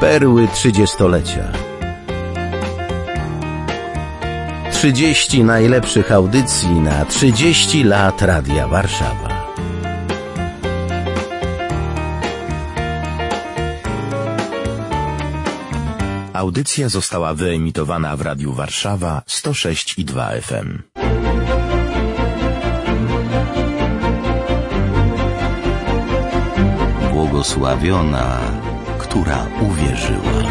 Perły 30-lecia. 30 najlepszych audycji na 30 lat Radia Warszawa. Audycja została wyemitowana w Radiu Warszawa 106,2 FM. Błogosławiona, która uwierzyła.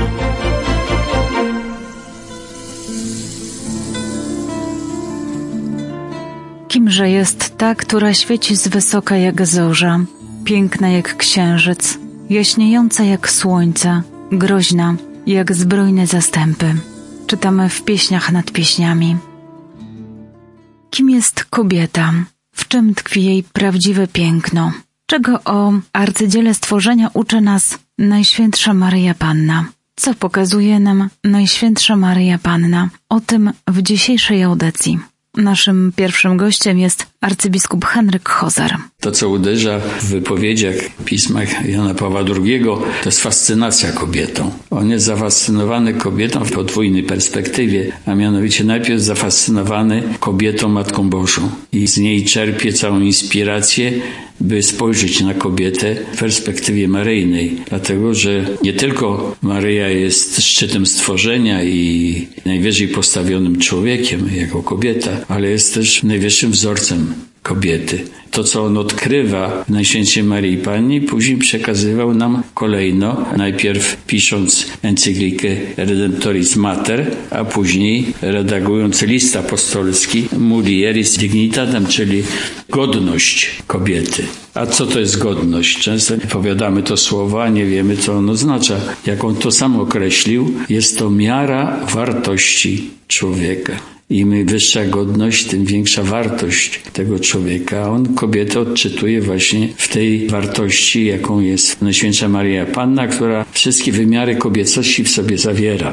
Kimże jest ta, która świeci z wysoka jak zorza, piękna jak księżyc, jaśniejąca jak słońce, groźna jak zbrojne zastępy. Czytamy w Pieśniach nad pieśniami. Kim jest kobieta? W czym tkwi jej prawdziwe piękno? Czego o arcydziele stworzenia uczy nas Najświętsza Maryja Panna? Co pokazuje nam Najświętsza Maryja Panna? O tym w dzisiejszej audycji. Naszym pierwszym gościem jest arcybiskup Henryk Chozer. To, co uderza w wypowiedziach, pismach Jana Pawła II, to jest fascynacja kobietą. On jest zafascynowany kobietą w podwójnej perspektywie, a mianowicie najpierw zafascynowany kobietą Matką Bożą i z niej czerpie całą inspirację, by spojrzeć na kobietę w perspektywie maryjnej. Dlatego, że nie tylko Maryja jest szczytem stworzenia i najwyżej postawionym człowiekiem jako kobieta, ale jest też najwyższym wzorcem kobiety. To, co on odkrywa w Najświętszej Maryi Pannie, później przekazywał nam kolejno, najpierw pisząc encyklikę Redemptoris Mater, a później redagując list apostolski Mulieris Dignitatem, czyli godność kobiety. A co to jest godność? Często powiadamy to słowo, a nie wiemy, co ono oznacza. Jak on to sam określił, jest to miara wartości człowieka. Im wyższa godność, tym większa wartość tego człowieka. A on kobietę odczytuje właśnie w tej wartości, jaką jest Najświętsza Maryja Panna, która wszystkie wymiary kobiecości w sobie zawiera.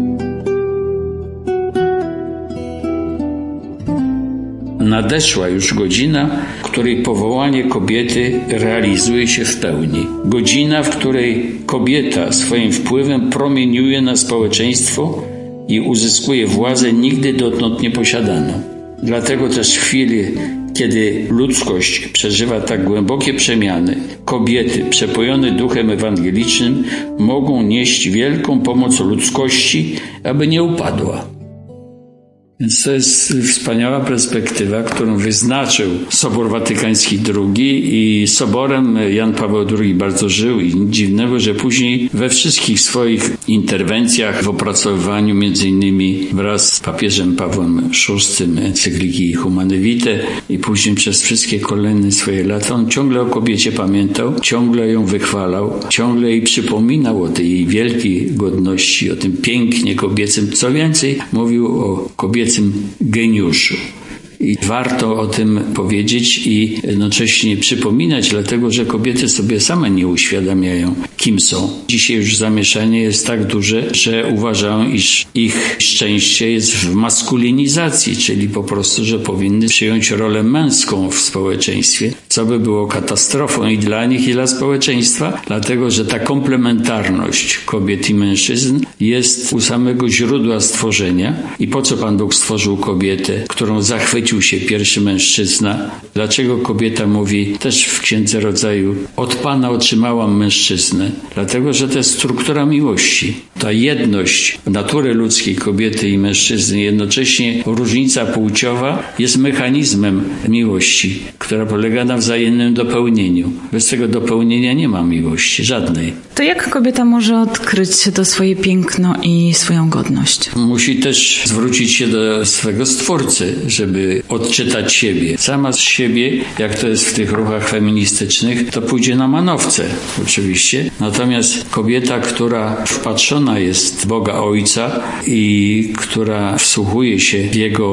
Nadeszła już godzina, w której powołanie kobiety realizuje się w pełni. Godzina, w której kobieta swoim wpływem promieniuje na społeczeństwo i uzyskuje władzę nigdy dotąd nieposiadaną. Dlatego też w chwili, kiedy ludzkość przeżywa tak głębokie przemiany, kobiety przepojone duchem ewangelicznym mogą nieść wielką pomoc ludzkości, aby nie upadła. Więc to jest wspaniała perspektywa, którą wyznaczył Sobór Watykański II i Soborem Jan Paweł II bardzo żył i nic dziwnego, że później we wszystkich swoich interwencjach w opracowywaniu między innymi wraz z papieżem Pawłem VI encykliki Humane Vitae i później przez wszystkie kolejne swoje lata on ciągle o kobiecie pamiętał, ciągle ją wychwalał, ciągle jej przypominał o tej jej wielkiej godności, o tym pięknie kobiecym. Co więcej, mówił o kobiecym geniuszu. I warto o tym powiedzieć i jednocześnie przypominać, dlatego że kobiety sobie same nie uświadamiają, kim są. Dzisiaj już zamieszanie jest tak duże, że uważają, iż ich szczęście jest w maskulinizacji, czyli po prostu, że powinny przyjąć rolę męską w społeczeństwie, co by było katastrofą i dla nich, i dla społeczeństwa, dlatego że ta komplementarność kobiet i mężczyzn jest u samego źródła stworzenia. I po co Pan Bóg stworzył kobietę, którą zachwycił się pierwszy mężczyzna? Dlaczego kobieta mówi też w Księdze Rodzaju: od Pana otrzymałam mężczyznę? Dlatego, że to jest struktura miłości. Ta jedność natury ludzkiej, kobiety i mężczyzny, jednocześnie różnica płciowa jest mechanizmem miłości, która polega na wzajemnym dopełnieniu. Bez tego dopełnienia nie ma miłości, żadnej. To jak kobieta może odkryć to swoje piękno i swoją godność? Musi też zwrócić się do swego Stwórcy, żeby odczytać siebie. Sama z siebie, jak to jest w tych ruchach feministycznych, to pójdzie na manowce oczywiście. Natomiast kobieta, która wpatrzona jest w Boga Ojca i która wsłuchuje się w Jego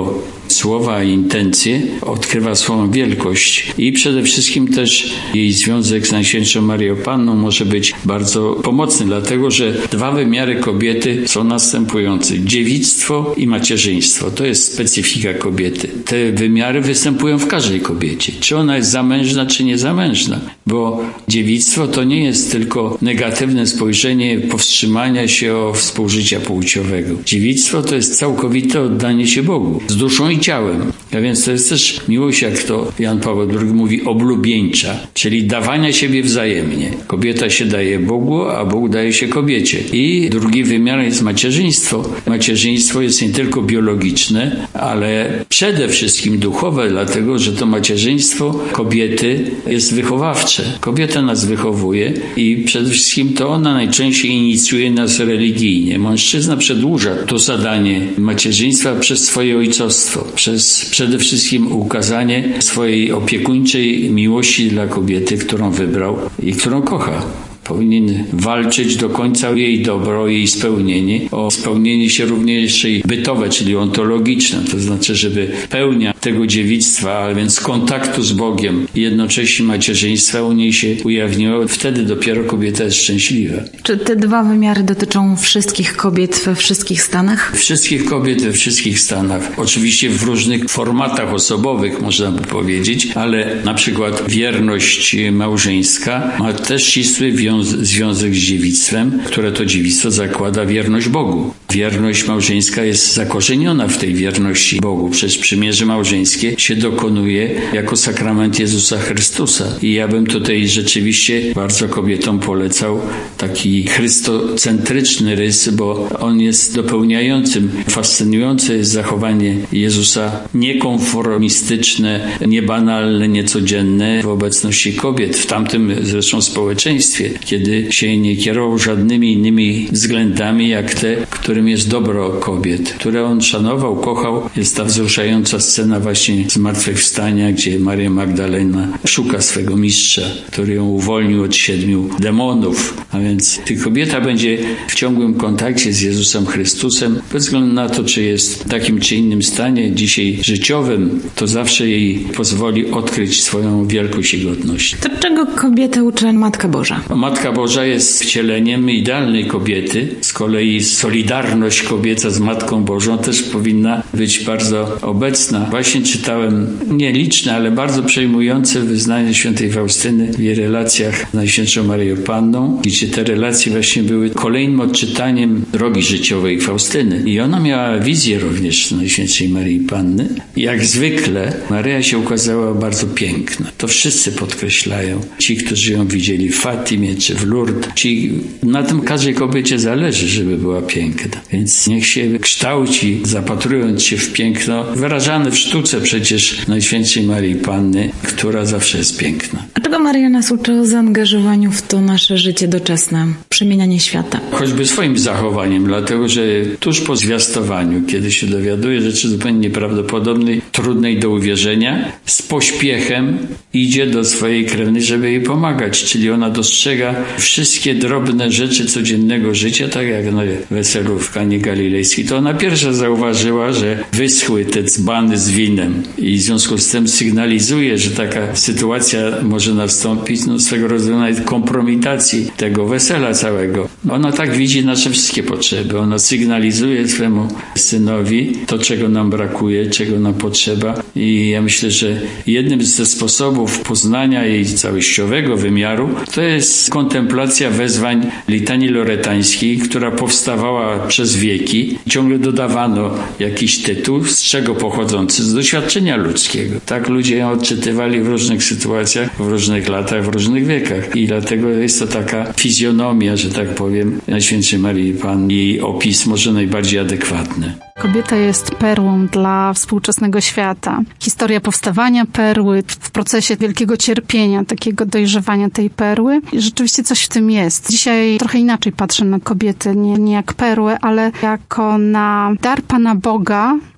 słowa i intencje, odkrywa swoją wielkość i przede wszystkim też jej związek z Najświętszą Maryją Panną może być bardzo pomocny, dlatego że dwa wymiary kobiety są następujące. Dziewictwo i macierzyństwo. To jest specyfika kobiety. Te wymiary występują w każdej kobiecie. Czy ona jest zamężna, czy niezamężna. Bo dziewictwo to nie jest tylko negatywne spojrzenie powstrzymania się od współżycia płciowego. Dziewictwo to jest całkowite oddanie się Bogu. Z duszą i ciałem. A więc to jest też miłość, jak to Jan Paweł II mówi, oblubieńcza. Czyli dawania siebie wzajemnie. Kobieta się daje Bogu, a Bóg daje się kobiecie. I drugi wymiar jest macierzyństwo. Macierzyństwo jest nie tylko biologiczne, ale przede wszystkim duchowe, dlatego że to macierzyństwo kobiety jest wychowawcze. Kobieta nas wychowuje i przede wszystkim to ona najczęściej inicjuje nas religijnie. Mężczyzna przedłuża to zadanie macierzyństwa przez swoje ojcostwo, przez przede wszystkim ukazanie swojej opiekuńczej miłości dla kobiety, którą wybrał i którą kocha. Powinien walczyć do końca o jej dobro, o jej spełnienie, o spełnienie się również jej bytowe, czyli ontologiczne. To znaczy, żeby pełnia tego dziewictwa, a więc kontaktu z Bogiem i jednocześnie macierzyństwa u niej się ujawniło. Wtedy dopiero kobieta jest szczęśliwa. Czy te dwa wymiary dotyczą wszystkich kobiet we wszystkich stanach? Wszystkich kobiet we wszystkich stanach. Oczywiście w różnych formatach osobowych, można by powiedzieć, ale na przykład wierność małżeńska ma też ścisły związek z dziewictwem, które to dziewictwo zakłada wierność Bogu. Wierność małżeńska jest zakorzeniona w tej wierności Bogu. Przecież przymierze małżeńskie się dokonuje jako sakrament Jezusa Chrystusa. I ja bym tutaj rzeczywiście bardzo kobietom polecał taki chrystocentryczny rys, bo on jest dopełniającym. Fascynujące jest zachowanie Jezusa niekonformistyczne, niebanalne, niecodzienne w obecności kobiet, w tamtym zresztą społeczeństwie, kiedy się nie kierował żadnymi innymi względami, jak te, którym jest dobro kobiet, które on szanował, kochał. Jest ta wzruszająca scena właśnie zmartwychwstania, gdzie Maria Magdalena szuka swego mistrza, który ją uwolnił od 7 demonów. A więc kobieta będzie w ciągłym kontakcie z Jezusem Chrystusem, bez względu na to, czy jest w takim czy innym stanie dzisiaj życiowym, to zawsze jej pozwoli odkryć swoją wielkość i godność. To czego kobietę uczy Matka Boża? Matka Boża jest wcieleniem idealnej kobiety. Z kolei solidarność kobieca z Matką Bożą też powinna być bardzo obecna. Właśnie czytałem nieliczne, ale bardzo przejmujące wyznanie świętej Faustyny w jej relacjach z Najświętszą Maryją Panną, gdzie te relacje właśnie były kolejnym odczytaniem drogi życiowej Faustyny. I ona miała wizję również Najświętszej Maryi Panny. Jak zwykle Maryja się ukazała bardzo piękna. To wszyscy podkreślają. Ci, którzy ją widzieli w Fatimie czy w Lourdes. Na tym każdej kobiecie zależy, żeby była piękna. Więc niech się kształci, zapatrując się w piękno, wyrażane w sztuce przecież Najświętszej Maryi Panny, która zawsze jest piękna. A czego Maryja nas uczy o zaangażowaniu w to nasze życie doczesne, przemienianie świata? Choćby swoim zachowaniem, dlatego że tuż po zwiastowaniu, kiedy się dowiaduje rzeczy zupełnie nieprawdopodobnej, trudnej do uwierzenia, z pośpiechem idzie do swojej krewnej, żeby jej pomagać, czyli ona dostrzega wszystkie drobne rzeczy codziennego życia, tak jak na weselu w Kanie Galilejskiej. To ona pierwsza zauważyła, że wyschły te dzbany z winem i w związku z tym sygnalizuje, że taka sytuacja może nastąpić, swego rodzaju nawet kompromitacji tego wesela całego. Ona tak widzi nasze wszystkie potrzeby. Ona sygnalizuje swemu synowi to, czego nam brakuje, czego nam potrzeba i ja myślę, że jednym ze sposobów poznania jej całościowego wymiaru to jest kontemplacja wezwań litanii loretańskiej, która powstawała przez wieki. Ciągle dodawano jakiś tytuł, z czego pochodzący z doświadczenia ludzkiego. Tak ludzie ją odczytywali w różnych sytuacjach, w różnych latach, w różnych wiekach. I dlatego jest to taka fizjonomia, że tak powiem, Najświętszej Maryi Panny. Jej opis może najbardziej adekwatny. Kobieta jest perłą dla współczesnego świata. Historia powstawania perły w procesie wielkiego cierpienia, takiego dojrzewania tej perły. I rzeczywiście coś w tym jest. Dzisiaj trochę inaczej patrzę na kobietę, nie jak perłę, ale jako na dar Pana Boga,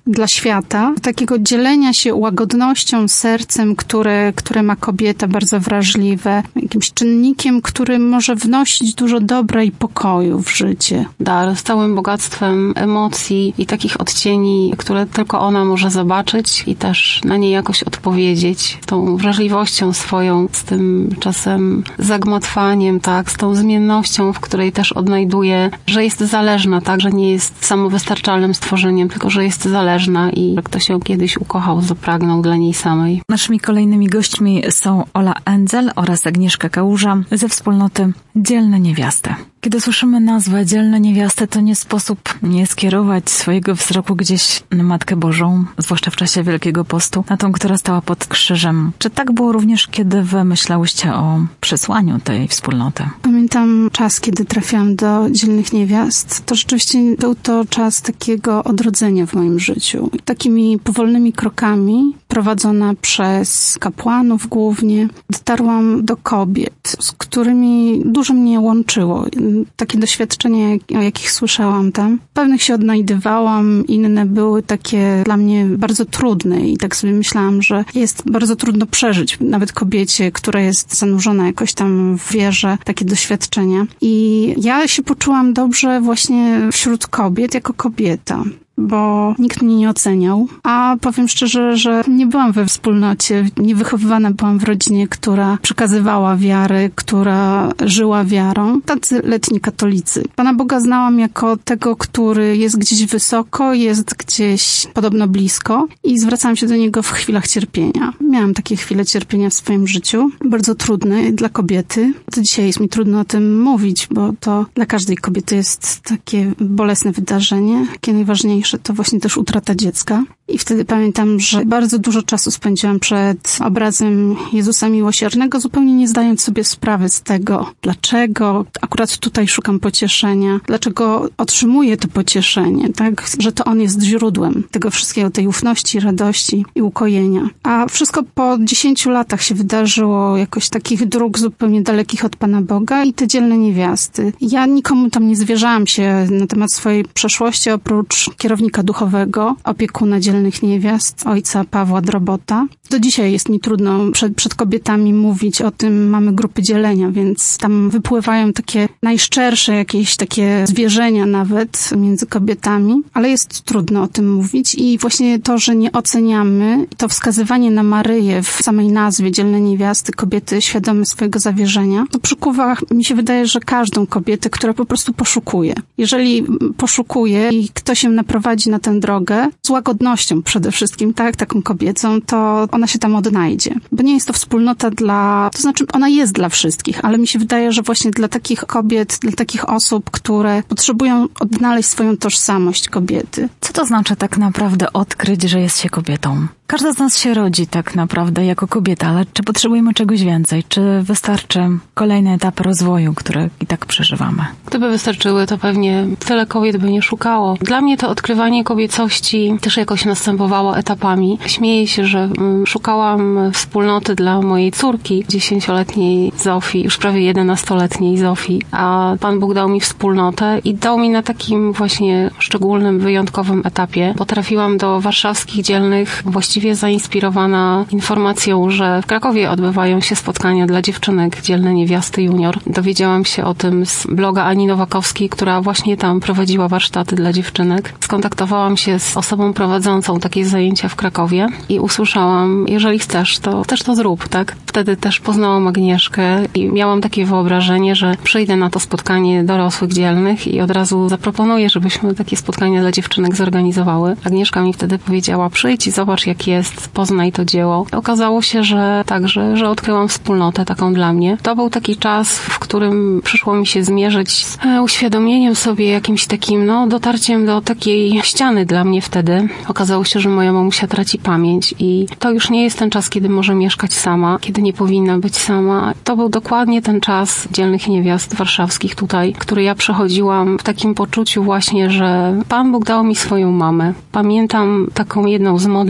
dla świata, takiego dzielenia się łagodnością, sercem, które ma kobieta, bardzo wrażliwe, jakimś czynnikiem, który może wnosić dużo dobra i pokoju w życie. Dar z całym bogactwem emocji i takich odcieni, które tylko ona może zobaczyć i też na nie jakoś odpowiedzieć. Tą wrażliwością swoją, z tym czasem zagmatwaniem, tak, z tą zmiennością, w której też odnajduje, że jest zależna, tak, że nie jest samowystarczalnym stworzeniem, tylko że jest zależna i że ktoś ją kiedyś ukochał, zapragnął dla niej samej. Naszymi kolejnymi gośćmi są Ola Enzel oraz Agnieszka Kałuża ze wspólnoty Dzielne Niewiasty. Kiedy słyszymy nazwę Dzielne Niewiasty, to nie sposób nie skierować swojego wzroku gdzieś na Matkę Bożą, zwłaszcza w czasie Wielkiego Postu, na tą, która stała pod krzyżem. Czy tak było również, kiedy wy myślałyście o przesłaniu tej wspólnoty? Pamiętam czas, kiedy trafiłam do Dzielnych Niewiast. To rzeczywiście był to czas takiego odrodzenia w moim życiu. Takimi powolnymi krokami, prowadzona przez kapłanów głównie, dotarłam do kobiet, z którymi dużo mnie łączyło. Takie doświadczenia, o jakich słyszałam tam. Pewnych się odnajdywałam, inne były takie dla mnie bardzo trudne i tak sobie myślałam, że jest bardzo trudno przeżyć nawet kobiecie, która jest zanurzona jakoś tam w wierze, takie doświadczenia. I ja się poczułam dobrze właśnie wśród kobiet jako kobieta, bo nikt mnie nie oceniał. A powiem szczerze, że nie byłam we wspólnocie, nie wychowywana byłam w rodzinie, która przekazywała wiarę, która żyła wiarą. Tacy letni katolicy. Pana Boga znałam jako tego, który jest gdzieś wysoko, jest gdzieś podobno blisko i zwracałam się do Niego w chwilach cierpienia. Miałam takie chwile cierpienia w swoim życiu, bardzo trudne dla kobiety. To dzisiaj jest mi trudno o tym mówić, bo to dla każdej kobiety jest takie bolesne wydarzenie, takie najważniejsze. To właśnie też utrata dziecka. I wtedy pamiętam, że bardzo dużo czasu spędziłam przed obrazem Jezusa Miłosiernego, zupełnie nie zdając sobie sprawy z tego, dlaczego akurat tutaj szukam pocieszenia, dlaczego otrzymuję to pocieszenie, tak, że to On jest źródłem tego wszystkiego, tej ufności, radości i ukojenia. A wszystko po 10 latach się wydarzyło, jakoś takich dróg zupełnie dalekich od Pana Boga i te Dzielne Niewiasty. Ja nikomu tam nie zwierzałam się na temat swojej przeszłości, oprócz kierownika duchowego, opiekuna Dzielnych Niewiast, ojca Pawła Drobota. Do dzisiaj jest mi trudno przed kobietami mówić o tym. Mamy grupy dzielenia, więc tam wypływają takie najszczersze jakieś takie zwierzenia nawet między kobietami, ale jest trudno o tym mówić i właśnie to, że nie oceniamy, to wskazywanie na Maryję w samej nazwie Dzielne Niewiasty, kobiety świadome swojego zawierzenia, to przykuwa, mi się wydaje, że każdą kobietę, która po prostu poszukuje. Jeżeli poszukuje i ktoś ją naprowadzi na tę drogę, z łagodnością przede wszystkim, tak, taką kobiecą, to ona się tam odnajdzie. Bo nie jest to wspólnota to znaczy ona jest dla wszystkich, ale mi się wydaje, że właśnie dla takich kobiet, dla takich osób, które potrzebują odnaleźć swoją tożsamość kobiety. Co to znaczy tak naprawdę odkryć, że jest się kobietą? Każda z nas się rodzi tak naprawdę jako kobieta, ale czy potrzebujemy czegoś więcej? Czy wystarczy kolejny etap rozwoju, który i tak przeżywamy? Gdyby wystarczyły, to pewnie tyle kobiet by nie szukało. Dla mnie to odkrywanie kobiecości też jakoś następowało etapami. Śmieję się, że szukałam wspólnoty dla mojej córki, 10-letniej Zofii, już prawie 11-letniej Zofii, a Pan Bóg dał mi wspólnotę i dał mi na takim właśnie szczególnym, wyjątkowym etapie. Potrafiłam do warszawskich dzielnych właściwie zainspirowana informacją, że w Krakowie odbywają się spotkania dla dziewczynek Dzielne Niewiasty Junior. Dowiedziałam się o tym z bloga Ani Nowakowskiej, która właśnie tam prowadziła warsztaty dla dziewczynek. Skontaktowałam się z osobą prowadzącą takie zajęcia w Krakowie i usłyszałam, jeżeli chcesz, to też to zrób, tak? Wtedy też poznałam Agnieszkę i miałam takie wyobrażenie, że przyjdę na to spotkanie dorosłych dzielnych i od razu zaproponuję, żebyśmy takie spotkania dla dziewczynek zorganizowały. Agnieszka mi wtedy powiedziała, przyjdź i zobacz, jak jest, poznaj to dzieło. Okazało się, że także, że odkryłam wspólnotę taką dla mnie. To był taki czas, w którym przyszło mi się zmierzyć z uświadomieniem sobie jakimś takim, dotarciem do takiej ściany dla mnie wtedy. Okazało się, że moja mamusia traci pamięć i to już nie jest ten czas, kiedy może mieszkać sama, kiedy nie powinna być sama. To był dokładnie ten czas Dzielnych Niewiast warszawskich tutaj, który ja przechodziłam w takim poczuciu właśnie, że Pan Bóg dał mi swoją mamę. Pamiętam taką jedną z modlitw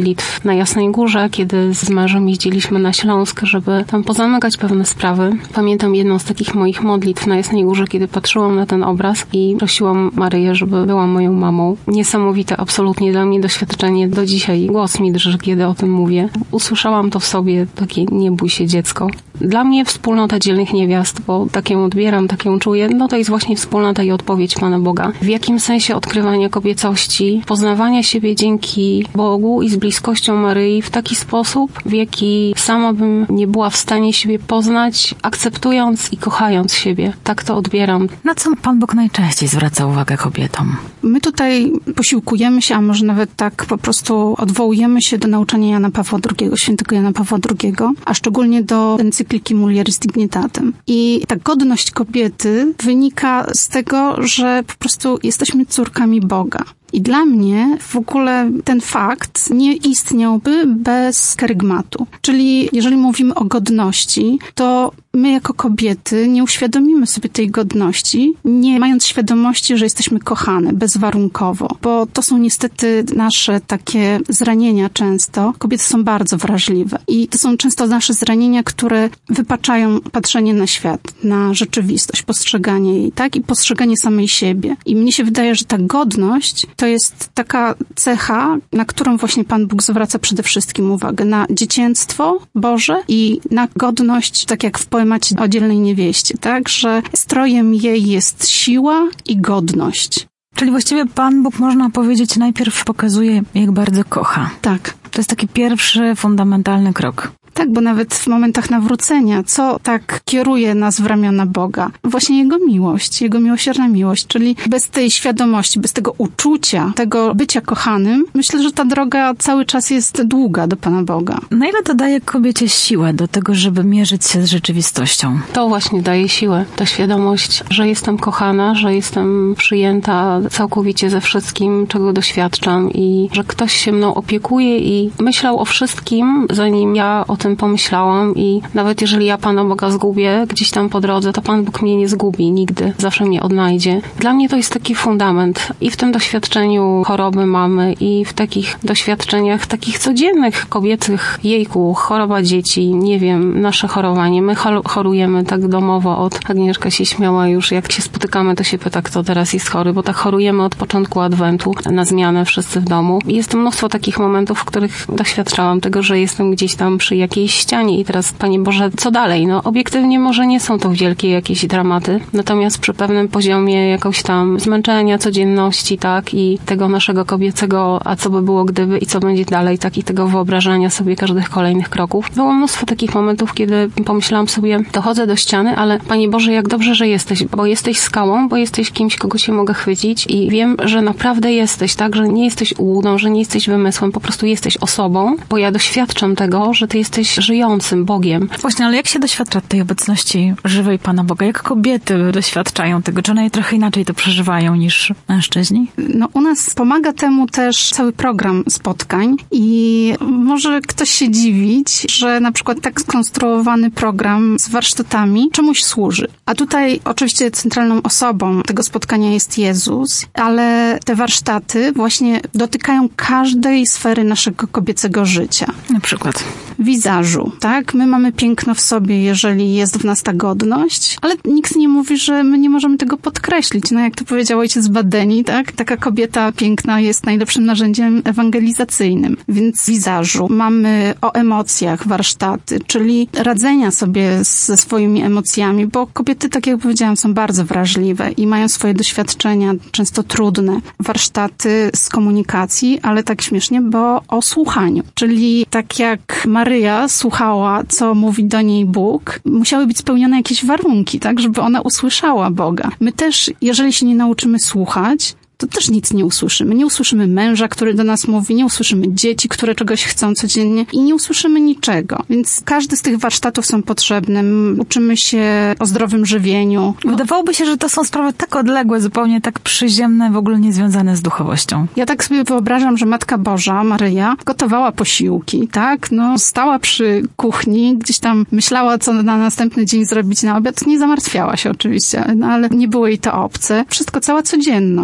na Jasnej Górze, kiedy z mężem jeździliśmy na Śląsk, żeby tam pozamykać pewne sprawy. Pamiętam jedną z takich moich modlitw na Jasnej Górze, kiedy patrzyłam na ten obraz i prosiłam Maryję, żeby była moją mamą. Niesamowite absolutnie dla mnie doświadczenie. Do dzisiaj głos mi drży, kiedy o tym mówię. Usłyszałam to w sobie, takie nie bój się dziecko. Dla mnie wspólnota dzielnych niewiast, bo tak ją odbieram, tak ją czuję, no to jest właśnie wspólnota i odpowiedź Pana Boga. W jakim sensie odkrywania kobiecości, poznawania siebie dzięki Bogu i z bliskością Maryi w taki sposób, w jaki sama bym nie była w stanie siebie poznać, akceptując i kochając siebie. Tak to odbieram. Na co Pan Bóg najczęściej zwraca uwagę kobietom? My tutaj posiłkujemy się, a może nawet tak po prostu odwołujemy się do nauczania Jana Pawła II, świętego Jana Pawła II, a szczególnie do encykliki Mulieris Dignitatem. I ta godność kobiety wynika z tego, że po prostu jesteśmy córkami Boga. I dla mnie w ogóle ten fakt nie istniałby bez kerygmatu. Czyli jeżeli mówimy o godności, to my jako kobiety nie uświadomimy sobie tej godności, nie mając świadomości, że jesteśmy kochane bezwarunkowo. Bo to są niestety nasze takie zranienia często. Kobiety są bardzo wrażliwe. I to są często nasze zranienia, które wypaczają patrzenie na świat, na rzeczywistość, postrzeganie jej, tak? I postrzeganie samej siebie. I mnie się wydaje, że ta godność to jest taka cecha, na którą właśnie Pan Bóg zwraca przede wszystkim uwagę. Na dziecięctwo Boże i na godność, tak jak w poemacie o dzielnej niewieście, tak? Że strojem jej jest siła i godność. Czyli właściwie Pan Bóg, można powiedzieć, najpierw pokazuje, jak bardzo kocha. Tak. To jest taki pierwszy, fundamentalny krok. Tak, bo nawet w momentach nawrócenia, co tak kieruje nas w ramiona Boga? Właśnie Jego miłość, Jego miłosierna miłość, czyli bez tej świadomości, bez tego uczucia, tego bycia kochanym, myślę, że ta droga cały czas jest długa do Pana Boga. Na ile to daje kobiecie siłę do tego, żeby mierzyć się z rzeczywistością? To właśnie daje siłę, ta świadomość, że jestem kochana, że jestem przyjęta całkowicie ze wszystkim, czego doświadczam i że ktoś się mną opiekuje i myślał o wszystkim, zanim ja o tym pomyślałam i nawet jeżeli ja Pana Boga zgubię gdzieś tam po drodze, to Pan Bóg mnie nie zgubi nigdy. Zawsze mnie odnajdzie. Dla mnie to jest taki fundament i w tym doświadczeniu choroby mamy i w takich doświadczeniach takich codziennych, kobiecych, jejku, choroba dzieci, nie wiem, nasze chorowanie. My chorujemy tak domowo Agnieszka się śmiała już, jak się spotykamy, to się pyta, kto teraz jest chory, bo tak chorujemy od początku Adwentu na zmianę wszyscy w domu. I jest mnóstwo takich momentów, w których doświadczałam tego, że jestem gdzieś tam przy jakiejś ścianie i teraz, Panie Boże, co dalej? No obiektywnie może nie są to wielkie jakieś dramaty, natomiast przy pewnym poziomie jakoś tam zmęczenia, codzienności, tak, i tego naszego kobiecego, a co by było gdyby i co będzie dalej, tak, i tego wyobrażania sobie każdych kolejnych kroków. Było mnóstwo takich momentów, kiedy pomyślałam sobie, dochodzę do ściany, ale Panie Boże, jak dobrze, że jesteś, bo jesteś skałą, bo jesteś kimś, kogo się mogę chwycić i wiem, że naprawdę jesteś, tak, że nie jesteś ułudą, że nie jesteś wymysłem, po prostu jesteś osobą, bo ja doświadczam tego, że Ty jesteś żyjącym Bogiem. Właśnie, ale jak się doświadcza tej obecności żywej Pana Boga? Jak kobiety doświadczają tego? Czy one trochę inaczej to przeżywają niż mężczyźni? No u nas pomaga temu też cały program spotkań i może ktoś się dziwić, że na przykład tak skonstruowany program z warsztatami czemuś służy. A tutaj oczywiście centralną osobą tego spotkania jest Jezus, ale te warsztaty właśnie dotykają każdej sfery naszego kobiecego życia. Na przykład? Wizażu, tak? My mamy piękno w sobie, jeżeli jest w nas ta godność, ale nikt nie mówi, że my nie możemy tego podkreślić. No jak to powiedział ojciec Badeni, tak? Taka kobieta piękna jest najlepszym narzędziem ewangelizacyjnym. Więc wizażu. Mamy o emocjach warsztaty, czyli radzenia sobie ze swoimi emocjami, bo kobiety, tak jak powiedziałam, są bardzo wrażliwe i mają swoje doświadczenia, często trudne. Warsztaty z komunikacji, ale tak śmiesznie, bo o słuchaniu. Czyli tak jak Maryja słuchała, co mówi do niej Bóg, musiały być spełnione jakieś warunki, tak, żeby ona usłyszała Boga. My też, jeżeli się nie nauczymy słuchać, to też nic nie usłyszymy. Nie usłyszymy męża, który do nas mówi, nie usłyszymy dzieci, które czegoś chcą codziennie i nie usłyszymy niczego. Więc każdy z tych warsztatów są potrzebne. Uczymy się o zdrowym żywieniu. Wydawałoby się, że to są sprawy tak odległe, zupełnie tak przyziemne, w ogóle niezwiązane z duchowością. Ja tak sobie wyobrażam, że Matka Boża, Maryja, gotowała posiłki, tak? No, stała przy kuchni, gdzieś tam myślała, co na następny dzień zrobić na obiad. Nie zamartwiała się oczywiście, no, ale nie było jej to obce. Wszystko, cała codzienność.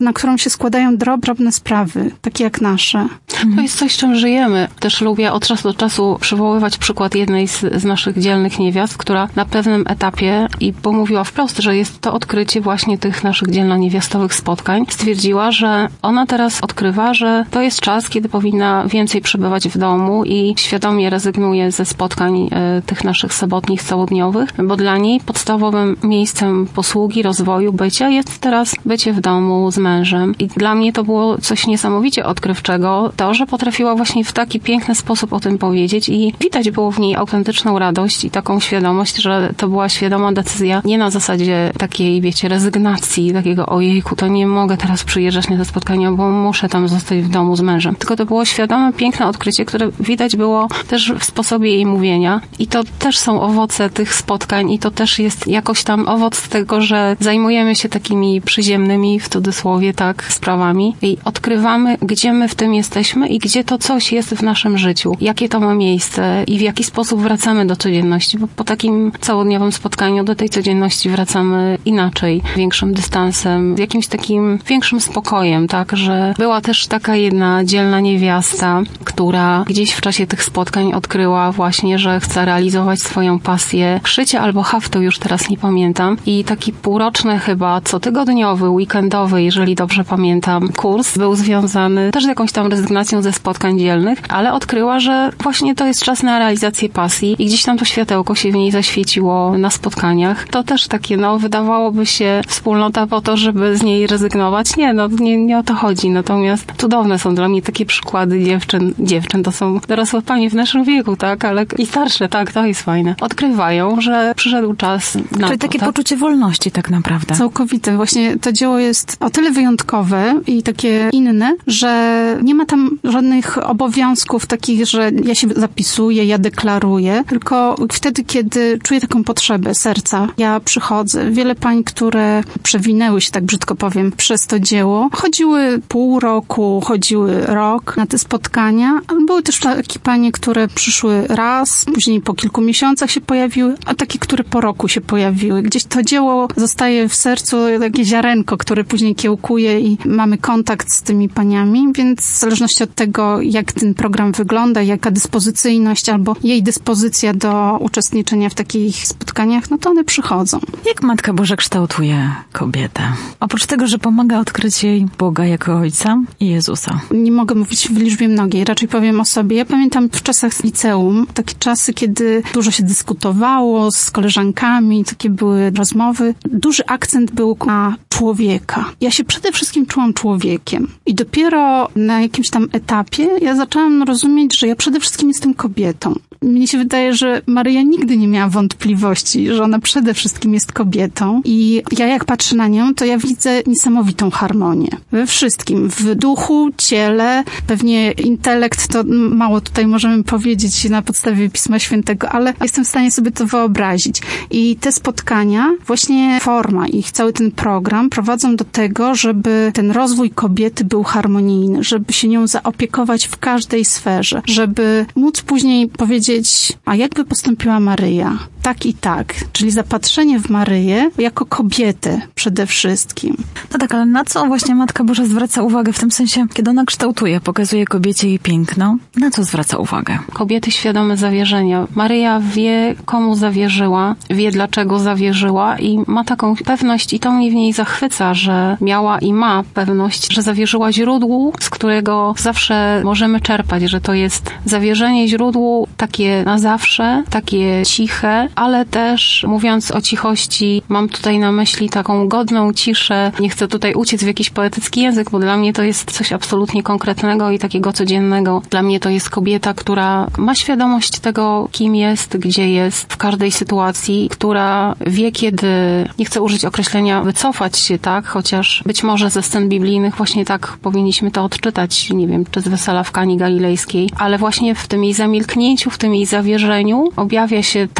na którą się składają drobne sprawy, takie jak nasze. To jest coś, czym żyjemy. Też lubię od czasu do czasu przywoływać przykład jednej z naszych dzielnych niewiast, która na pewnym etapie, i pomówiła wprost, że jest to odkrycie właśnie tych naszych dzielnoniewiastowych spotkań, stwierdziła, że ona teraz odkrywa, że to jest czas, kiedy powinna więcej przebywać w domu i świadomie rezygnuje ze spotkań tych naszych sobotnich, całodniowych, bo dla niej podstawowym miejscem posługi, rozwoju, bycia jest teraz bycie w domu z mężem. I dla mnie to było coś niesamowicie odkrywczego, to, że potrafiła właśnie w taki piękny sposób o tym powiedzieć i widać było w niej autentyczną radość i taką świadomość, że to była świadoma decyzja, nie na zasadzie takiej, wiecie, rezygnacji, takiego ojejku, to nie mogę teraz przyjeżdżać na te spotkania, bo muszę tam zostać w domu z mężem. Tylko to było świadome, piękne odkrycie, które widać było też w sposobie jej mówienia i to też są owoce tych spotkań i to też jest jakoś tam owoc tego, że zajmujemy się takimi przyziemnymi, w cudzysłowie, tak, sprawami i odkrywamy, gdzie my w tym jesteśmy i gdzie to coś jest w naszym życiu, jakie to ma miejsce i w jaki sposób wracamy do codzienności, bo po takim całodniowym spotkaniu do tej codzienności wracamy inaczej, większym dystansem, z jakimś takim większym spokojem, tak, że była też taka jedna dzielna niewiasta, która gdzieś w czasie tych spotkań odkryła właśnie, że chce realizować swoją pasję szycia albo haftu, już teraz nie pamiętam, i taki półroczny chyba, cotygodniowy, weekendowy, jeżeli dobrze pamiętam, kurs był związany też z jakąś tam rezygnacją ze spotkań dzielnych, ale odkryła, że właśnie to jest czas na realizację pasji i gdzieś tam to światełko się w niej zaświeciło na spotkaniach. To też takie, wydawałoby się wspólnota po to, żeby z niej rezygnować. Nie o to chodzi. Natomiast cudowne są dla mnie takie przykłady dziewczyn to są dorosłe panie w naszym wieku, tak, ale i starsze, tak, to jest fajne. Odkrywają, że przyszedł czas na Czyli takie poczucie wolności tak naprawdę. Całkowite. Właśnie to dzieło jest o tyle wyjątkowe i takie inne, że nie ma tam żadnych obowiązków takich, że ja się zapisuję, ja deklaruję, tylko wtedy, kiedy czuję taką potrzebę serca, ja przychodzę. Wiele pań, które przewinęły się, tak brzydko powiem, przez to dzieło, chodziły pół roku, chodziły rok na te spotkania. Były też takie panie, które przyszły raz, później po kilku miesiącach się pojawiły, a takie, które po roku się pojawiły. Gdzieś to dzieło zostaje w sercu, takie ziarenko, które później kiełkuje i mamy kontakt z tymi paniami, więc w zależności od tego, jak ten program wygląda, jaka dyspozycyjność albo jej dyspozycja do uczestniczenia w takich spotkaniach, to one przychodzą. Jak Matka Boża kształtuje kobietę? Oprócz tego, że pomaga odkryć jej Boga jako Ojca i Jezusa. Nie mogę mówić w liczbie mnogiej, raczej powiem o sobie. Ja pamiętam w czasach liceum, takie czasy, kiedy dużo się dyskutowało z koleżankami, takie były rozmowy. Duży akcent był na człowieka. Ja się przede wszystkim czułam człowiekiem. I dopiero na jakimś tam etapie ja zaczęłam rozumieć, że ja przede wszystkim jestem kobietą. Mnie się wydaje, że Maryja nigdy nie miała wątpliwości, że ona przede wszystkim jest kobietą. I ja jak patrzę na nią, to ja widzę niesamowitą harmonię. We wszystkim. W duchu, ciele, pewnie intelekt, to mało tutaj możemy powiedzieć na podstawie Pisma Świętego, ale jestem w stanie sobie to wyobrazić. I te spotkania, właśnie forma ich, cały ten program prowadzą do tego, żeby ten rozwój kobiety był harmonijny, żeby się nią zaopiekować w każdej sferze, żeby móc później powiedzieć, a jakby postąpiła Maryja? Tak i tak. Czyli zapatrzenie w Maryję jako kobietę przede wszystkim. No tak, ale na co właśnie Matka Boża zwraca uwagę w tym sensie, kiedy ona kształtuje, pokazuje kobiecie jej piękno? Na co zwraca uwagę? Kobiety świadome zawierzenia. Maryja wie, komu zawierzyła, wie, dlaczego zawierzyła i ma taką pewność i to mnie w niej zachwyca, że miała i ma pewność, że zawierzyła źródłu, z którego zawsze możemy czerpać, że to jest zawierzenie źródłu takie na zawsze, takie ciche, ale też mówiąc o cichości, mam tutaj na myśli taką godną ciszę. Nie chcę tutaj uciec w jakiś poetycki język, bo dla mnie to jest coś absolutnie konkretnego i takiego codziennego. Dla mnie to jest kobieta, która ma świadomość tego, kim jest, gdzie jest, w każdej sytuacji, która wie, kiedy, nie chcę użyć określenia wycofać się, tak, chociaż być może ze scen biblijnych właśnie tak powinniśmy to odczytać, nie wiem, czy z Wesela w Kani Galilejskiej, ale właśnie w tym jej zamilknięciu, w tym jej zawierzeniu objawia się ta pewność,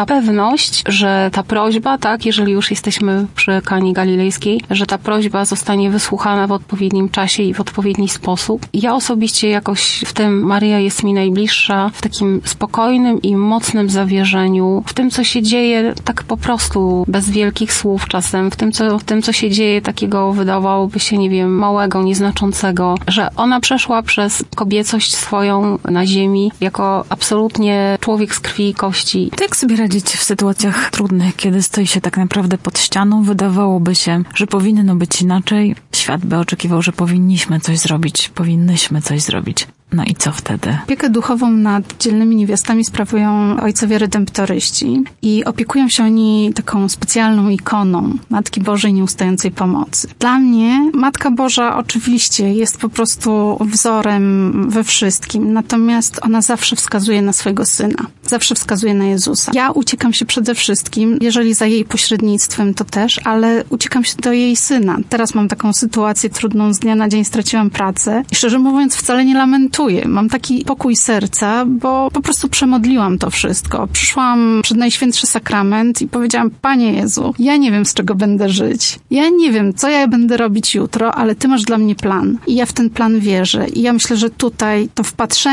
pewność, że ta prośba, tak, jeżeli już jesteśmy przy Kani Galilejskiej, że ta prośba zostanie wysłuchana w odpowiednim czasie i w odpowiedni sposób. Ja osobiście jakoś w tym Maryja jest mi najbliższa, w takim spokojnym i mocnym zawierzeniu, w tym, co się dzieje tak po prostu, bez wielkich słów czasem, w tym, co się dzieje takiego, wydawałoby się, nie wiem, małego, nieznaczącego, że ona przeszła przez kobiecość swoją na ziemi jako absolutnie człowiek z krwi i kości. To jak sobie radzić w sytuacjach trudnych, kiedy stoi się tak naprawdę pod ścianą? Wydawałoby się, że powinno być inaczej. Świat by oczekiwał, że powinnyśmy coś zrobić. No i co wtedy? Opiekę duchową nad dzielnymi niewiastami sprawują ojcowie redemptoryści i opiekują się oni taką specjalną ikoną Matki Bożej Nieustającej Pomocy. Dla mnie Matka Boża oczywiście jest po prostu wzorem we wszystkim, natomiast ona zawsze wskazuje na swojego Syna, zawsze wskazuje na Jezusa. Ja uciekam się przede wszystkim, jeżeli za jej pośrednictwem to też, ale uciekam się do jej Syna. Teraz mam taką sytuację trudną, z dnia na dzień straciłam pracę i szczerze mówiąc wcale nie lamentuję. Mam taki pokój serca, bo po prostu przemodliłam to wszystko. Przyszłam przed Najświętszy Sakrament i powiedziałam: Panie Jezu, ja nie wiem, z czego będę żyć. Ja nie wiem, co ja będę robić jutro, ale Ty masz dla mnie plan. I ja w ten plan wierzę. I ja myślę, że tutaj to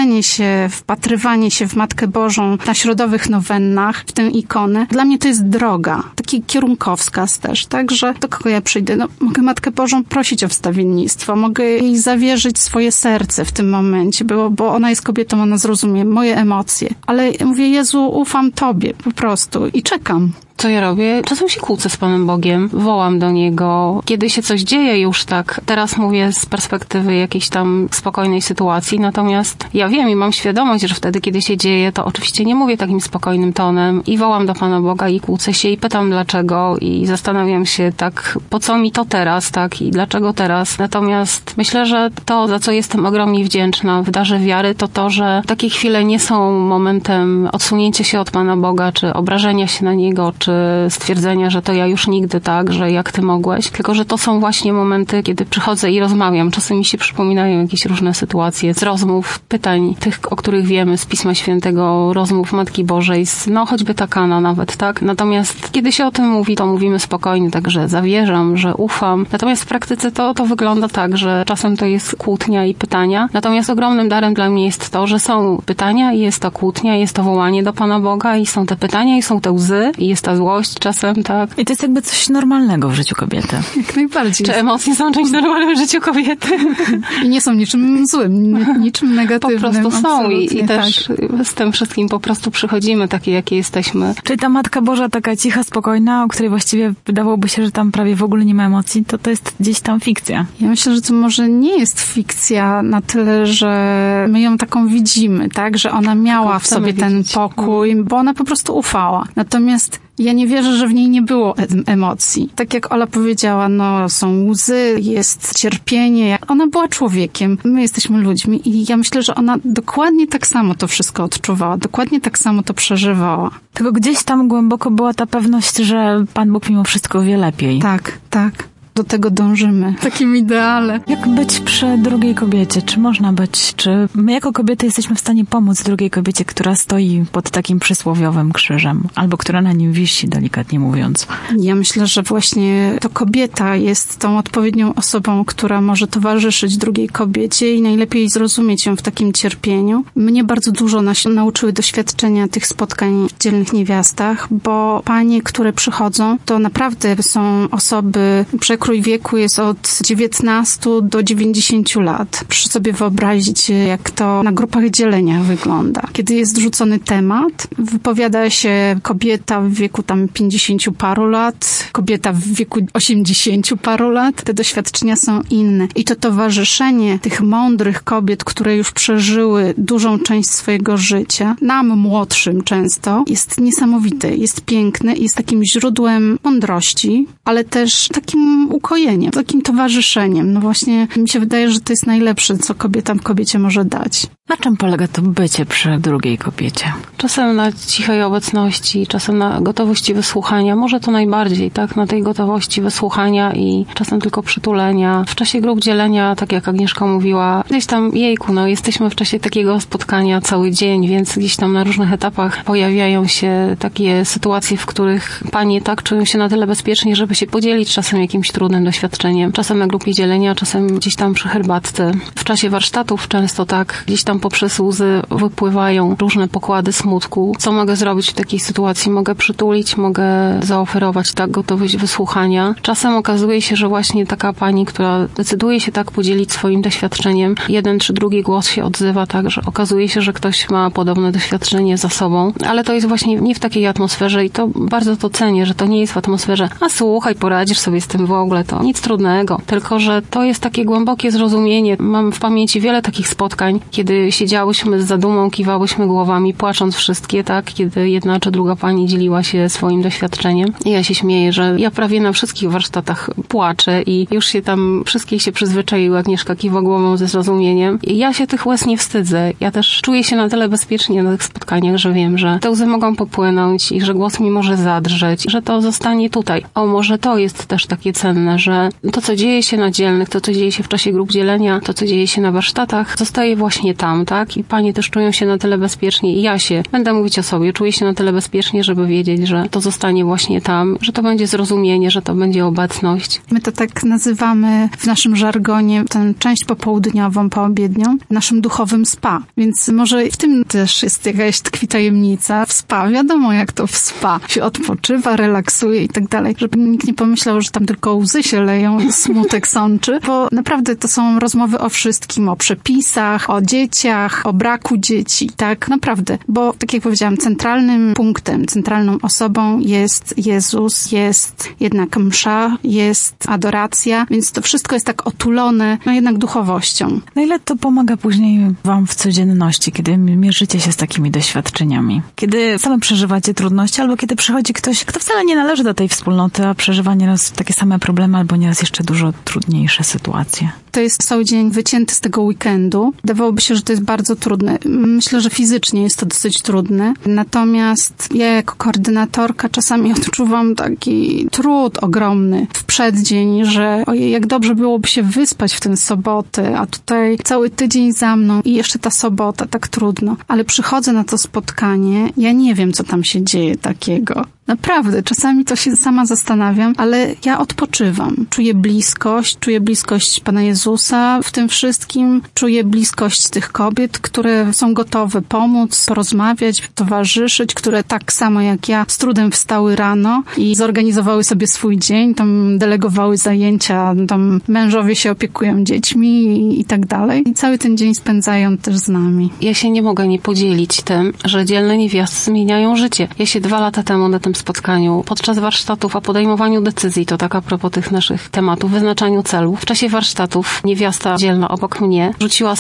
wpatrywanie się w Matkę Bożą na środowych nowennach, w tę ikonę, dla mnie to jest droga. Taki kierunkowskaz też, tak? Że do kogo ja przyjdę? No, mogę Matkę Bożą prosić o wstawiennictwo. Mogę jej zawierzyć swoje serce w tym momencie, bo ona jest kobietą, ona zrozumie moje emocje. Ale mówię: Jezu, ufam Tobie po prostu i czekam. Co ja robię? Czasem się kłócę z Panem Bogiem, wołam do Niego. Kiedy się coś dzieje już tak, teraz mówię z perspektywy jakiejś tam spokojnej sytuacji, natomiast ja wiem i mam świadomość, że wtedy, kiedy się dzieje, to oczywiście nie mówię takim spokojnym tonem i wołam do Pana Boga i kłócę się i pytam dlaczego i zastanawiam się tak, po co mi to teraz, tak, i dlaczego teraz. Natomiast myślę, że to, za co jestem ogromnie wdzięczna w darze wiary, to to, że takie chwile nie są momentem odsunięcia się od Pana Boga, czy obrażenia się na Niego, czy stwierdzenia, że to ja już nigdy, tak, że jak Ty mogłeś, tylko że to są właśnie momenty, kiedy przychodzę i rozmawiam. Czasem mi się przypominają jakieś różne sytuacje z rozmów, pytań, tych, o których wiemy z Pisma Świętego, rozmów Matki Bożej, choćby ta Kana nawet, tak? Natomiast kiedy się o tym mówi, to mówimy spokojnie, także zawierzam, że ufam. Natomiast w praktyce to wygląda tak, że czasem to jest kłótnia i pytania. Natomiast ogromnym darem dla mnie jest to, że są pytania i jest to kłótnia, jest to wołanie do Pana Boga i są te pytania i są te łzy i jest ta złość czasem, tak. I to jest jakby coś normalnego w życiu kobiety. Jak najbardziej. Czy emocje są czymś normalnym w życiu kobiety? I nie są niczym złym, niczym negatywnym. Po prostu są i też tak. Z tym wszystkim po prostu przychodzimy takie, jakie jesteśmy. Czyli ta Matka Boża taka cicha, spokojna, o której właściwie wydawałoby się, że tam prawie w ogóle nie ma emocji, to jest gdzieś tam fikcja. Ja myślę, że to może nie jest fikcja na tyle, że my ją taką widzimy, tak? Że ona miała w sobie ten pokój, bo ona po prostu ufała. Natomiast ja nie wierzę, że w niej nie było emocji. Tak jak Ola powiedziała, no są łzy, jest cierpienie. Ona była człowiekiem, my jesteśmy ludźmi i ja myślę, że ona dokładnie tak samo to wszystko odczuwała, dokładnie tak samo to przeżywała. Tylko gdzieś tam głęboko była ta pewność, że Pan Bóg mimo wszystko wie lepiej. Tak, tak. Do tego dążymy. W takim ideale. Jak być przy drugiej kobiecie? Czy można być? Czy my jako kobiety jesteśmy w stanie pomóc drugiej kobiecie, która stoi pod takim przysłowiowym krzyżem? Albo która na nim wisi, delikatnie mówiąc. Ja myślę, że właśnie to kobieta jest tą odpowiednią osobą, która może towarzyszyć drugiej kobiecie i najlepiej zrozumieć ją w takim cierpieniu. Mnie bardzo dużo nauczyły doświadczenia tych spotkań w dzielnych niewiastach, bo panie, które przychodzą, to naprawdę są osoby, przekrój wieku jest od 19 do 90 lat. Proszę sobie wyobrazić, jak to na grupach dzielenia wygląda. Kiedy jest rzucony temat, wypowiada się kobieta w wieku tam 50 paru lat, kobieta w wieku 80 paru lat. Te doświadczenia są inne. I to towarzyszenie tych mądrych kobiet, które już przeżyły dużą część swojego życia, nam młodszym często, jest niesamowite, jest piękne, jest takim źródłem mądrości, ale też takim ukojeniem, takim towarzyszeniem. No właśnie mi się wydaje, że to jest najlepsze, co kobieta kobiecie może dać. Na czym polega to bycie przy drugiej kobiecie? Czasem na cichej obecności, czasem na gotowości wysłuchania. Może to najbardziej, tak? Na tej gotowości wysłuchania i czasem tylko przytulenia. W czasie grup dzielenia, tak jak Agnieszka mówiła, gdzieś tam, jesteśmy w czasie takiego spotkania cały dzień, więc gdzieś tam na różnych etapach pojawiają się takie sytuacje, w których panie tak czują się na tyle bezpiecznie, żeby się podzielić czasem jakimś trudnym doświadczeniem. Czasem na grupie dzielenia, czasem gdzieś tam przy herbatce. W czasie warsztatów często tak, gdzieś tam poprzez łzy wypływają różne pokłady smutku. Co mogę zrobić w takiej sytuacji? Mogę przytulić, mogę zaoferować tak gotowość wysłuchania. Czasem okazuje się, że właśnie taka pani, która decyduje się tak podzielić swoim doświadczeniem, jeden czy drugi głos się odzywa tak, że okazuje się, że ktoś ma podobne doświadczenie za sobą, ale to jest właśnie nie w takiej atmosferze i to bardzo to cenię, że to nie jest w atmosferze a słuchaj, poradzisz sobie z tym w ogóle, to nic trudnego, tylko że to jest takie głębokie zrozumienie. Mam w pamięci wiele takich spotkań, kiedy siedziałyśmy z zadumą, kiwałyśmy głowami, płacząc wszystkie, tak, kiedy jedna czy druga pani dzieliła się swoim doświadczeniem. I ja się śmieję, że ja prawie na wszystkich warsztatach płaczę i już się tam wszystkie się przyzwyczaiły, Agnieszka kiwa głową ze zrozumieniem. I ja się tych łez nie wstydzę. Ja też czuję się na tyle bezpiecznie na tych spotkaniach, że wiem, że te łzy mogą popłynąć i że głos mi może zadrżeć, że to zostanie tutaj. O, może to jest też takie cenne, że to, co dzieje się na dzielnych, to, co dzieje się w czasie grup dzielenia, to, co dzieje się na warsztatach, zostaje właśnie tam, tak? I panie też czują się na tyle bezpiecznie i ja się, będę mówić o sobie, czuję się na tyle bezpiecznie, żeby wiedzieć, że to zostanie właśnie tam, że to będzie zrozumienie, że to będzie obecność. My to tak nazywamy w naszym żargonie tę część popołudniową, poobiednią, naszym duchowym spa. Więc może w tym też jest jakaś tkwi tajemnica. W spa, wiadomo jak to w spa. Się odpoczywa, relaksuje i tak dalej. Żeby nikt nie pomyślał, że tam tylko łzy się leją i smutek sączy, bo naprawdę to są rozmowy o wszystkim, o przepisach, o dzieciach, o braku dzieci, tak? Naprawdę. Bo tak jak powiedziałam, centralnym punktem, centralną osobą jest Jezus, jest jednak msza, jest adoracja, więc to wszystko jest tak otulone, no jednak duchowością. Na ile to pomaga później wam w codzienności, kiedy mierzycie się z takimi doświadczeniami? Kiedy same przeżywacie trudności, albo kiedy przychodzi ktoś, kto wcale nie należy do tej wspólnoty, a przeżywa nieraz takie same problemy, albo nieraz jeszcze dużo trudniejsze sytuacje. To jest cały dzień wycięty z tego weekendu. Wydawałoby się, że to jest bardzo trudne. Myślę, że fizycznie jest to dosyć trudne. Natomiast ja jako koordynatorka czasami odczuwam taki trud ogromny w przeddzień, że ojej, jak dobrze byłoby się wyspać w tę sobotę, a tutaj cały tydzień za mną i jeszcze ta sobota, tak trudno. Ale przychodzę na to spotkanie, ja nie wiem, co tam się dzieje takiego. Naprawdę, czasami to się sama zastanawiam, ale ja odpoczywam. Czuję bliskość Pana Jezusa w tym wszystkim. Czuję bliskość tych kobiet, które są gotowe pomóc, porozmawiać, towarzyszyć, które tak samo jak ja z trudem wstały rano i zorganizowały sobie swój dzień, tam delegowały zajęcia, tam mężowie się opiekują dziećmi i tak dalej. I cały ten dzień spędzają też z nami. Ja się nie mogę nie podzielić tym, że dzielne niewiasty zmieniają życie. Ja się 2 lata temu na tym spotkaniu, podczas warsztatów o podejmowaniu decyzji, to tak a propos tych naszych tematów, wyznaczaniu celów. W czasie warsztatów niewiasta dzielna obok mnie rzuciła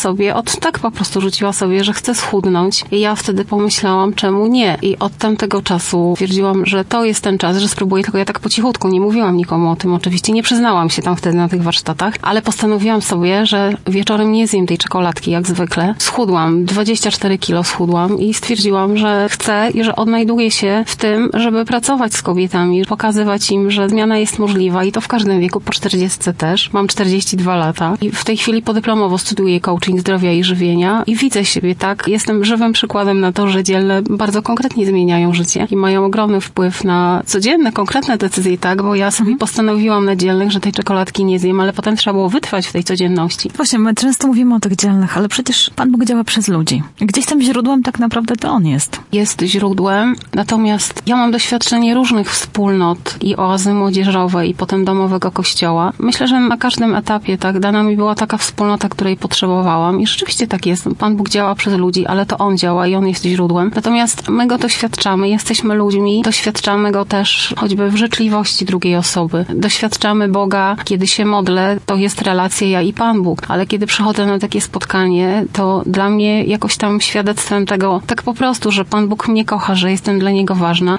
sobie, że chce schudnąć i ja wtedy pomyślałam, czemu nie? I od tamtego czasu twierdziłam, że to jest ten czas, że spróbuję, tylko ja tak po cichutku, nie mówiłam nikomu o tym oczywiście, nie przyznałam się tam wtedy na tych warsztatach, ale postanowiłam sobie, że wieczorem nie zjem tej czekoladki jak zwykle. Schudłam, 24 kilo schudłam i stwierdziłam, że chcę i że odnajduję się w tym, żeby pracować z kobietami, pokazywać im, że zmiana jest możliwa i to w każdym wieku, po 40 też. Mam 42 lata i w tej chwili podyplomowo studiuję coaching zdrowia i żywienia i widzę siebie tak. Jestem żywym przykładem na to, że dzielne bardzo konkretnie zmieniają życie i mają ogromny wpływ na codzienne, konkretne decyzje, tak, bo ja sobie postanowiłam na dzielnych, że tej czekoladki nie zjem, ale potem trzeba było wytrwać w tej codzienności. Właśnie, my często mówimy o tych dzielnych, ale przecież Pan Bóg działa przez ludzi. Gdzieś tam źródłem tak naprawdę to On jest. Jest źródłem, natomiast ja mam doświadczenie różnych wspólnot i oazy młodzieżowej i potem domowego kościoła. Myślę, że na każdym etapie tak dana mi była taka wspólnota, której potrzebowałam i rzeczywiście tak jest. Pan Bóg działa przez ludzi, ale to On działa i On jest źródłem. Natomiast my Go doświadczamy, jesteśmy ludźmi, doświadczamy Go też choćby w życzliwości drugiej osoby. Doświadczamy Boga, kiedy się modlę, to jest relacja ja i Pan Bóg, ale kiedy przychodzę na takie spotkanie, to dla mnie jakoś tam świadectwem tego, tak po prostu, że Pan Bóg mnie kocha, że jestem dla Niego ważna, jest to,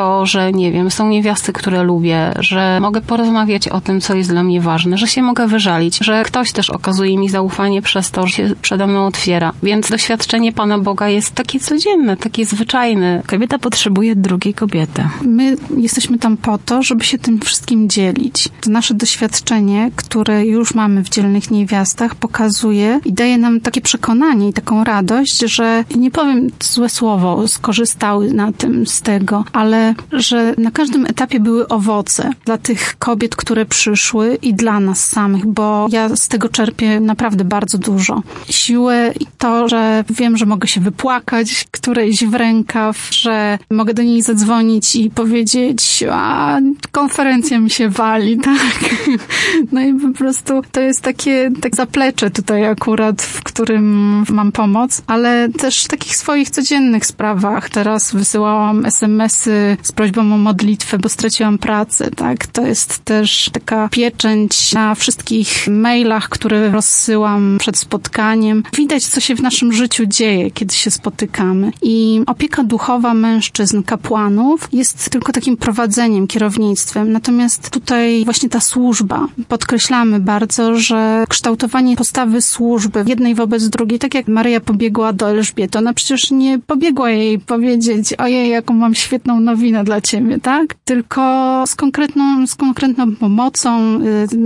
to, że nie wiem, są niewiasty, które lubię, że mogę porozmawiać o tym, co jest dla mnie ważne, że się mogę wyżalić, że ktoś też okazuje mi zaufanie przez to, że się przede mną otwiera. Więc doświadczenie Pana Boga jest takie codzienne, takie zwyczajne. Kobieta potrzebuje drugiej kobiety. My jesteśmy tam po to, żeby się tym wszystkim dzielić. To nasze doświadczenie, które już mamy w Dzielnych Niewiastach, pokazuje i daje nam takie przekonanie i taką radość, że nie powiem złe słowo, skorzystały na tym z tego, ale że na każdym etapie były owoce dla tych kobiet, które przyszły i dla nas samych, bo ja z tego czerpię naprawdę bardzo dużo. Siłę i to, że wiem, że mogę się wypłakać którejś w rękaw, że mogę do niej zadzwonić i powiedzieć, a konferencja mi się wali, tak? No i po prostu to jest takie zaplecze tutaj akurat, w którym mam pomoc, ale też w takich swoich codziennych sprawach. Teraz wysyłałam SMS-y z prośbą o modlitwę, bo straciłam pracę, tak? To jest też taka pieczęć na wszystkich mailach, które rozsyłam przed spotkaniem. Widać, co się w naszym życiu dzieje, kiedy się spotykamy. I opieka duchowa mężczyzn, kapłanów jest tylko takim prowadzeniem, kierownictwem. Natomiast tutaj właśnie ta służba. Podkreślamy bardzo, że kształtowanie postawy służby jednej wobec drugiej, tak jak Maryja pobiegła do Elżbiety, ona przecież nie pobiegła jej powiedzieć, ojej, jaką mam świetną nowinę dla ciebie, tak? Tylko z konkretną pomocą,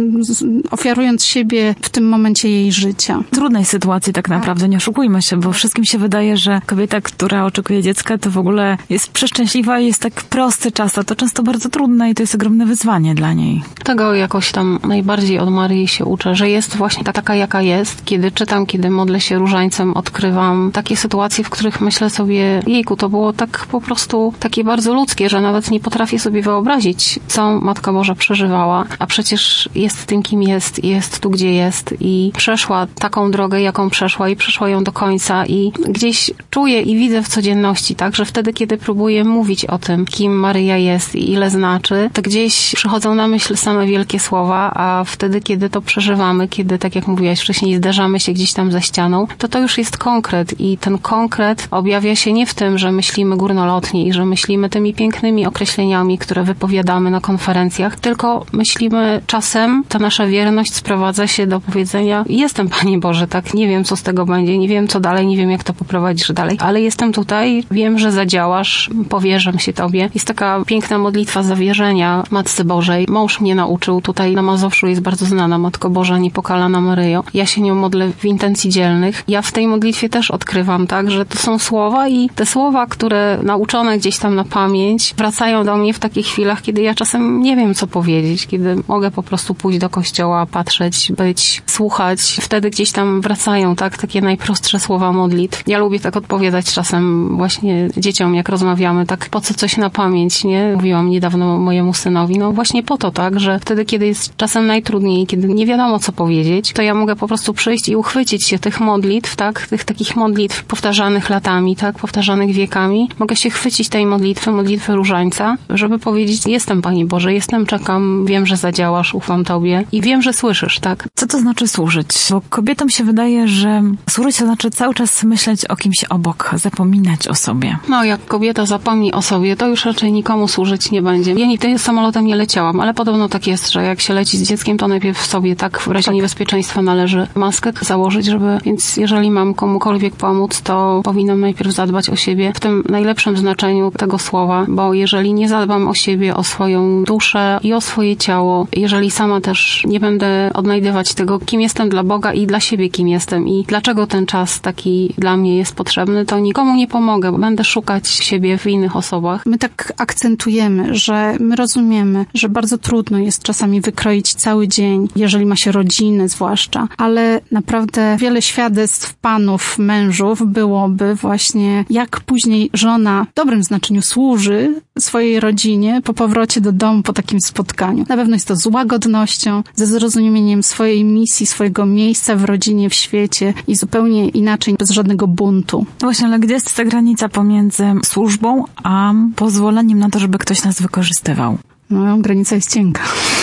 ofiarując siebie w tym momencie jej życia. W trudnej sytuacji tak naprawdę, nie oszukujmy się, bo wszystkim się wydaje, że kobieta, która oczekuje dziecka, to w ogóle jest przeszczęśliwa i jest tak prosty czas, a to często bardzo trudne i to jest ogromne wyzwanie dla niej. Tego jakoś tam najbardziej od Maryi się uczę, że jest właśnie taka, jaka jest. Kiedy czytam, kiedy modlę się różańcem, odkrywam takie sytuacje, w których myślę sobie, jejku, to było tak po prostu takie bardzo ludzkie, że nawet nie potrafię sobie wyobrazić, co Matka Boża przeżywała, a przecież jest tym, kim jest tu, gdzie jest i przeszła taką drogę, jaką przeszła i przeszła ją do końca i gdzieś czuję i widzę w codzienności, tak, że wtedy, kiedy próbuję mówić o tym, kim Maryja jest i ile znaczy, to gdzieś przychodzą na myśl same wielkie słowa, a wtedy, kiedy to przeżywamy, kiedy, tak jak mówiłaś wcześniej, zderzamy się gdzieś tam ze ścianą, to już jest konkret i ten konkret objawia się nie w tym, że myślimy górnolotnie i że myślimy tymi pięknymi określeniami, które wypowiadamy na konferencjach, tylko myślimy czasem, ta nasza wierność sprowadza się do powiedzenia, jestem, Panie Boże, tak, nie wiem, co z tego będzie, nie wiem, co dalej, nie wiem, jak to poprowadzisz dalej, ale jestem tutaj, wiem, że zadziałasz, powierzam się Tobie. Jest taka piękna modlitwa zawierzenia Matce Bożej. Mąż mnie nauczył, tutaj na Mazowszu jest bardzo znana Matko Boża Niepokalana Maryjo. Ja się nią modlę w intencji dzielnych. Ja w tej modlitwie też odkrywam, tak, że to są słowa i te słowa, które nauczone gdzieś tam na pamięć, wracają do mnie w takich chwilach, kiedy ja czasem nie wiem, co powiedzieć, kiedy mogę po prostu pójść do kościoła, patrzeć, być, słuchać. Wtedy gdzieś tam wracają, tak, takie najprostsze słowa modlitw. Ja lubię tak odpowiadać czasem właśnie dzieciom, jak rozmawiamy, tak, po co coś na pamięć, nie? Mówiłam niedawno mojemu synowi, no właśnie po to, tak, że wtedy, kiedy jest czasem najtrudniej, kiedy nie wiadomo, co powiedzieć, to ja mogę po prostu przyjść i uchwycić się tych modlitw, tak, tych takich modlitw powtarzanych latami, tak, powtarzanych wiekami. Mogę się chwycić tej modlitwy różańca, żeby powiedzieć, jestem, Panie Boże, jestem, czekam, wiem, że zadziałasz, ufam Tobie i wiem, że słyszysz, tak. Co to znaczy służyć? Bo kobietom się wydaje, że służyć to znaczy cały czas myśleć o kimś obok, zapominać o sobie. No, jak kobieta zapomni o sobie, to już raczej nikomu służyć nie będzie. Ja nigdy samolotem nie leciałam, ale podobno tak jest, że jak się leci z dzieckiem, to najpierw sobie, tak, w razie niebezpieczeństwa należy maskę założyć, więc jeżeli mam komukolwiek pomóc, to powinnam najpierw zadbać o siebie w tym najlepszym znaczeniu tego słowa, bo jeżeli nie zadbam o siebie, o swoją duszę i o swoje ciało, jeżeli sama też nie będę odnajdywać tego, kim jestem dla Boga i dla siebie, kim jestem i dlaczego ten czas taki dla mnie jest potrzebny, to nikomu nie pomogę, bo będę szukać siebie w innych osobach. My tak akcentujemy, że my rozumiemy, że bardzo trudno jest czasami wykroić cały dzień, jeżeli ma się rodzinę zwłaszcza, ale naprawdę wiele świadectw panów, mężów byłoby właśnie, jak później żona w dobrym znaczeniu służy swojej rodzinie po powrocie do domu, po takim spotkaniu. Na pewno jest to z łagodnością, ze zrozumieniem swojej misji, swojego miejsca w rodzinie, w świecie i zupełnie inaczej, bez żadnego buntu. Właśnie, ale gdzie jest ta granica pomiędzy służbą a pozwoleniem na to, żeby ktoś nas wykorzystywał? No, granica jest cienka.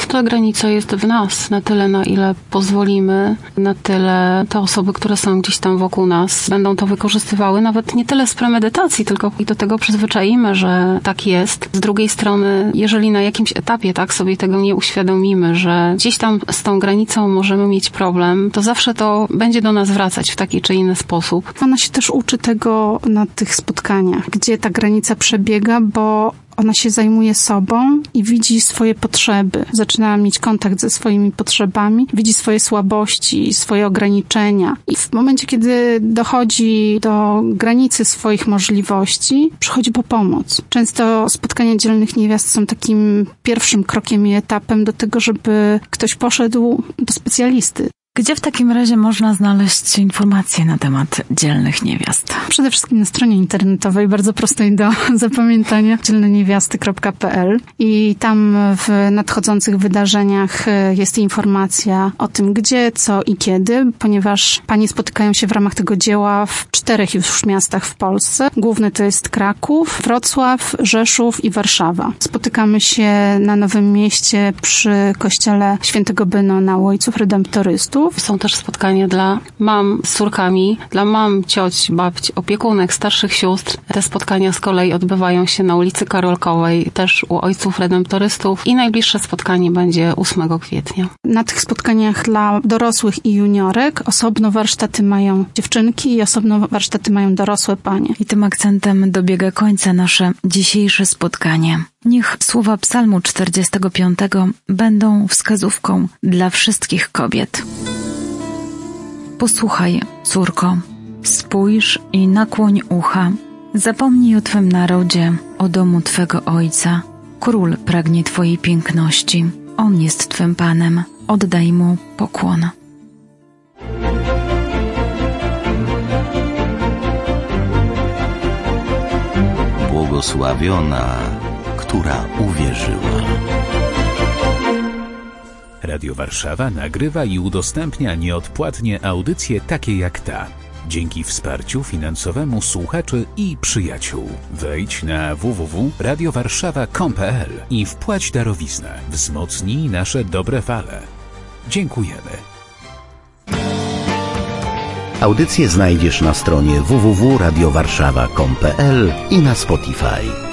Ta granica jest w nas, na tyle, na ile pozwolimy, na tyle te osoby, które są gdzieś tam wokół nas, będą to wykorzystywały, nawet nie tyle z premedytacji, tylko i do tego przyzwyczaimy, że tak jest. Z drugiej strony, jeżeli na jakimś etapie tak sobie tego nie uświadomimy, że gdzieś tam z tą granicą możemy mieć problem, to zawsze to będzie do nas wracać w taki czy inny sposób. Ona się też uczy tego na tych spotkaniach, gdzie ta granica przebiega, bo ona się zajmuje sobą i widzi swoje potrzeby. Zaczyna mieć kontakt ze swoimi potrzebami, widzi swoje słabości, swoje ograniczenia. I w momencie, kiedy dochodzi do granicy swoich możliwości, przychodzi po pomoc. Często spotkania dzielnych niewiast są takim pierwszym krokiem i etapem do tego, żeby ktoś poszedł do specjalisty. Gdzie w takim razie można znaleźć informacje na temat dzielnych niewiast? Przede wszystkim na stronie internetowej, bardzo prostej do zapamiętania, dzielneniewiasty.pl, i tam w nadchodzących wydarzeniach jest informacja o tym, gdzie, co i kiedy, ponieważ panie spotykają się w ramach tego dzieła w 4 już miastach w Polsce. Główny to jest Kraków, Wrocław, Rzeszów i Warszawa. Spotykamy się na Nowym Mieście przy kościele Świętego Benona u Ojców Redemptorystów. Są też spotkania dla mam z córkami, dla mam, cioć, babć, opiekunek, starszych sióstr. Te spotkania z kolei odbywają się na ulicy Karolkowej, też u Ojców Redemptorystów, i najbliższe spotkanie będzie 8 kwietnia. Na tych spotkaniach dla dorosłych i juniorek osobno warsztaty mają dziewczynki i osobno warsztaty mają dorosłe panie. I tym akcentem dobiega końca nasze dzisiejsze spotkanie. Niech słowa Psalmu 45 będą wskazówką dla wszystkich kobiet. Posłuchaj, córko, spójrz i nakłoń ucha. Zapomnij o Twym narodzie, o domu Twego ojca. Król pragnie Twojej piękności. On jest Twym Panem. Oddaj Mu pokłon. Błogosławiona, która uwierzyła. Radio Warszawa nagrywa i udostępnia nieodpłatnie audycje takie jak ta. Dzięki wsparciu finansowemu słuchaczy i przyjaciół. Wejdź na www.radiowarszawa.com.pl i wpłać darowiznę. Wzmocnij nasze dobre fale. Dziękujemy. Audycje znajdziesz na stronie www.radiowarszawa.com.pl i na Spotify.